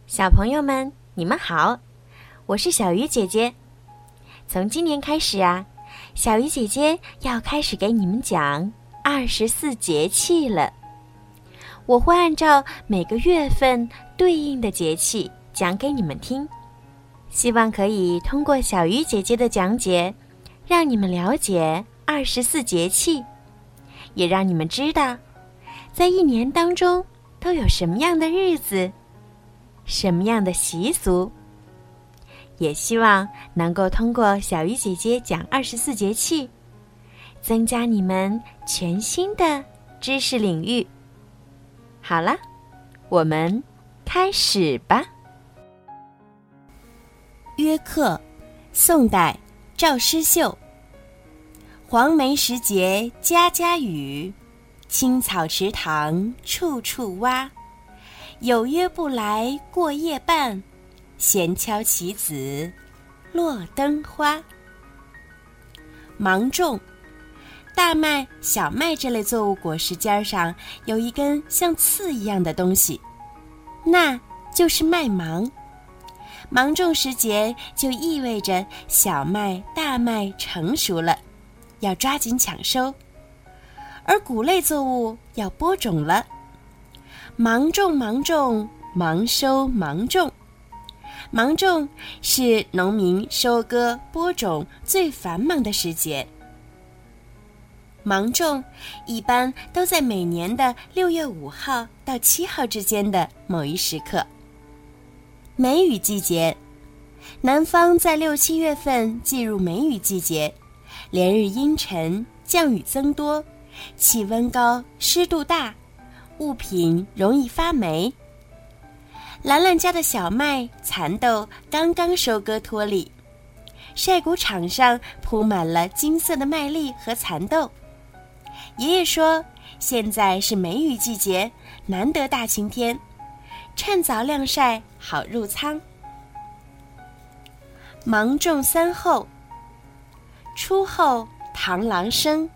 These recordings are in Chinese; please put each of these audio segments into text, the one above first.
小朋友们，你们好，我是小鱼姐姐。从今年开始啊，小鱼姐姐要开始给你们讲24节气了。我会按照每个月份对应的节气讲给你们听，希望可以通过小鱼姐姐的讲解，让你们了解24节气，也让你们知道，在一年当中都有什么样的日子，什么样的习俗。也希望能够通过小鱼姐姐讲24节气，增加你们全新的知识领域。好了，我们开始吧。 约客，宋代，赵师秀。黄梅时节家家雨，青草池塘处处蛙。有约不来过夜半，闲敲棋子落灯花。芒种，大麦、小麦这类作物果实尖上有一根像刺一样的东西，那就是麦芒。芒种时节就意味着小麦、大麦成熟了，要抓紧抢收，而谷类作物要播种了。芒种芒种，忙收芒种。芒种是农民收割播种最繁忙的时节。芒种一般都在每年的6月5号到7号之间的某一时刻。梅雨季节，南方在6、7月份进入梅雨季节，连日阴沉，降雨增多，气温高，湿度大，物品容易发霉。兰兰家的小麦、蚕豆刚刚收割脱粒，晒谷场上铺满了金色的麦粒和蚕豆。爷爷说，现在是梅雨季节，难得大晴天，趁早晾晒，好入仓。芒种3后，初后螳螂生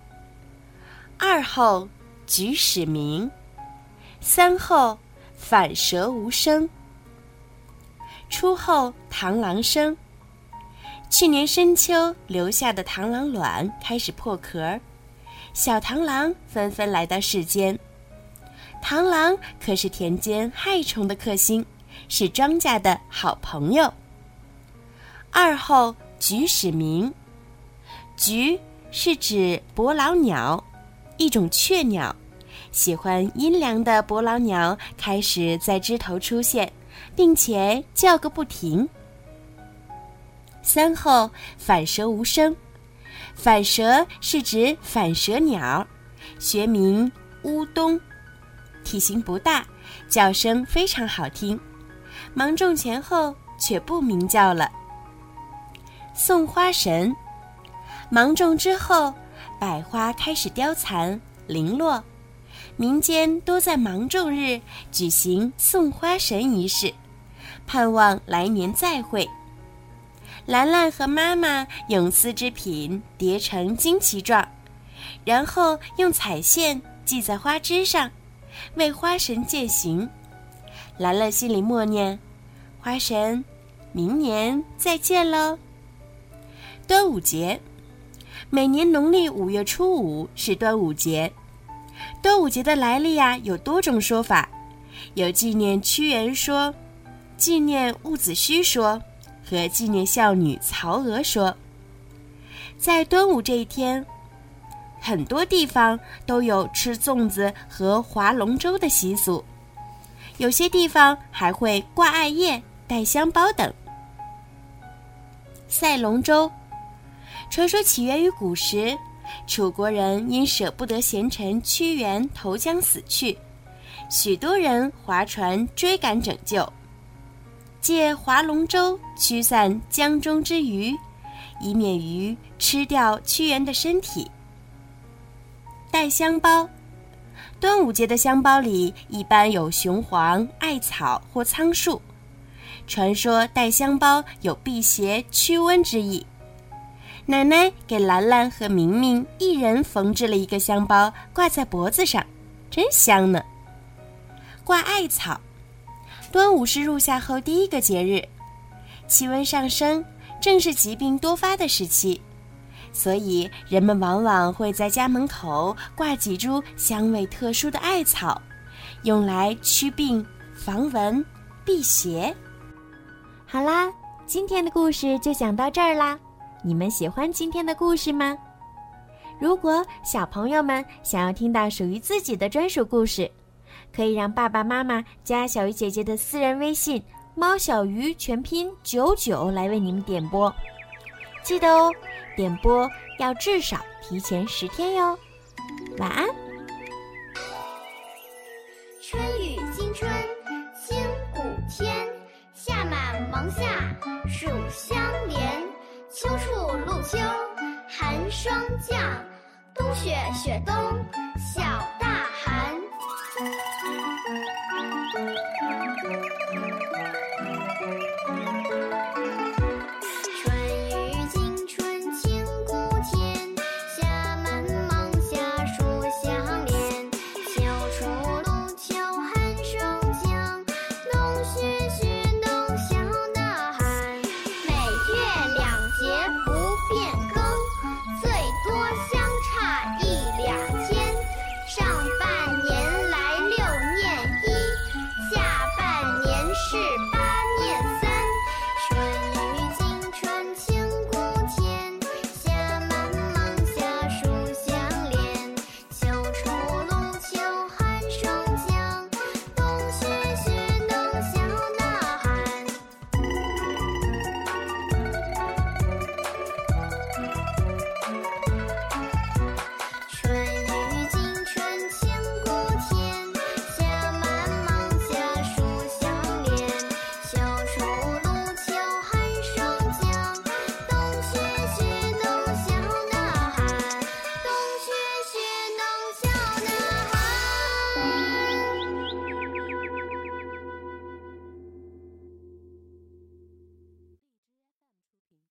，2后菊始鸣，3后反舌无声。初后螳螂生，去年深秋留下的螳螂卵开始破壳，小螳螂纷纷来到世间。螳螂可是田间害虫的克星，是庄稼的好朋友。2后菊始鸣，菊是指伯劳鸟，一种雀鸟，喜欢阴凉的伯劳鸟开始在枝头出现，并且叫个不停。3后反舌无声，反舌是指反舌鸟，学名乌冬，体型不大，叫声非常好听，芒种前后却不鸣叫了。送花神，芒种之后，百花开始凋残零落，民间多在芒种日举行送花神仪式，盼望来年再会。兰兰和妈妈用丝织品叠成旌旗状，然后用彩线系在花枝上，为花神践行。兰兰心里默念，花神，明年再见喽。端午节，每年农历5月初5是端午节。端午节的来历有多种说法，有纪念屈原说，纪念伍子胥说，和纪念孝女曹娥说。在端午这一天，很多地方都有吃粽子和划龙舟的习俗，有些地方还会挂艾叶、带香包等。赛龙舟，传说起源于古时，楚国人因舍不得贤臣屈原投江死去，许多人划船追赶拯救，借划龙舟驱散江中之鱼，以免鱼吃掉屈原的身体。带香包，端午节的香包里一般有雄黄、艾草或苍树，传说带香包有辟邪驱瘟之意。奶奶给兰兰和明明一人缝制了一个香包，挂在脖子上，真香呢。挂艾草， 端午是入夏后第一个节日，气温上升，正是疾病多发的时期，所以人们往往会在家门口挂几株香味特殊的艾草，用来驱病、防蚊、辟邪。 好啦，今天的故事就讲到这儿啦。你们喜欢今天的故事吗？如果小朋友们想要听到属于自己的专属故事，可以让爸爸妈妈加小鱼姐姐的私人微信猫小鱼全拼99来为你们点播。记得哦，点播要至少提前10天哟。晚安。 春雨惊春清谷天，夏满芒夏暑相连，秋处露秋寒霜降，冬雪雪冬小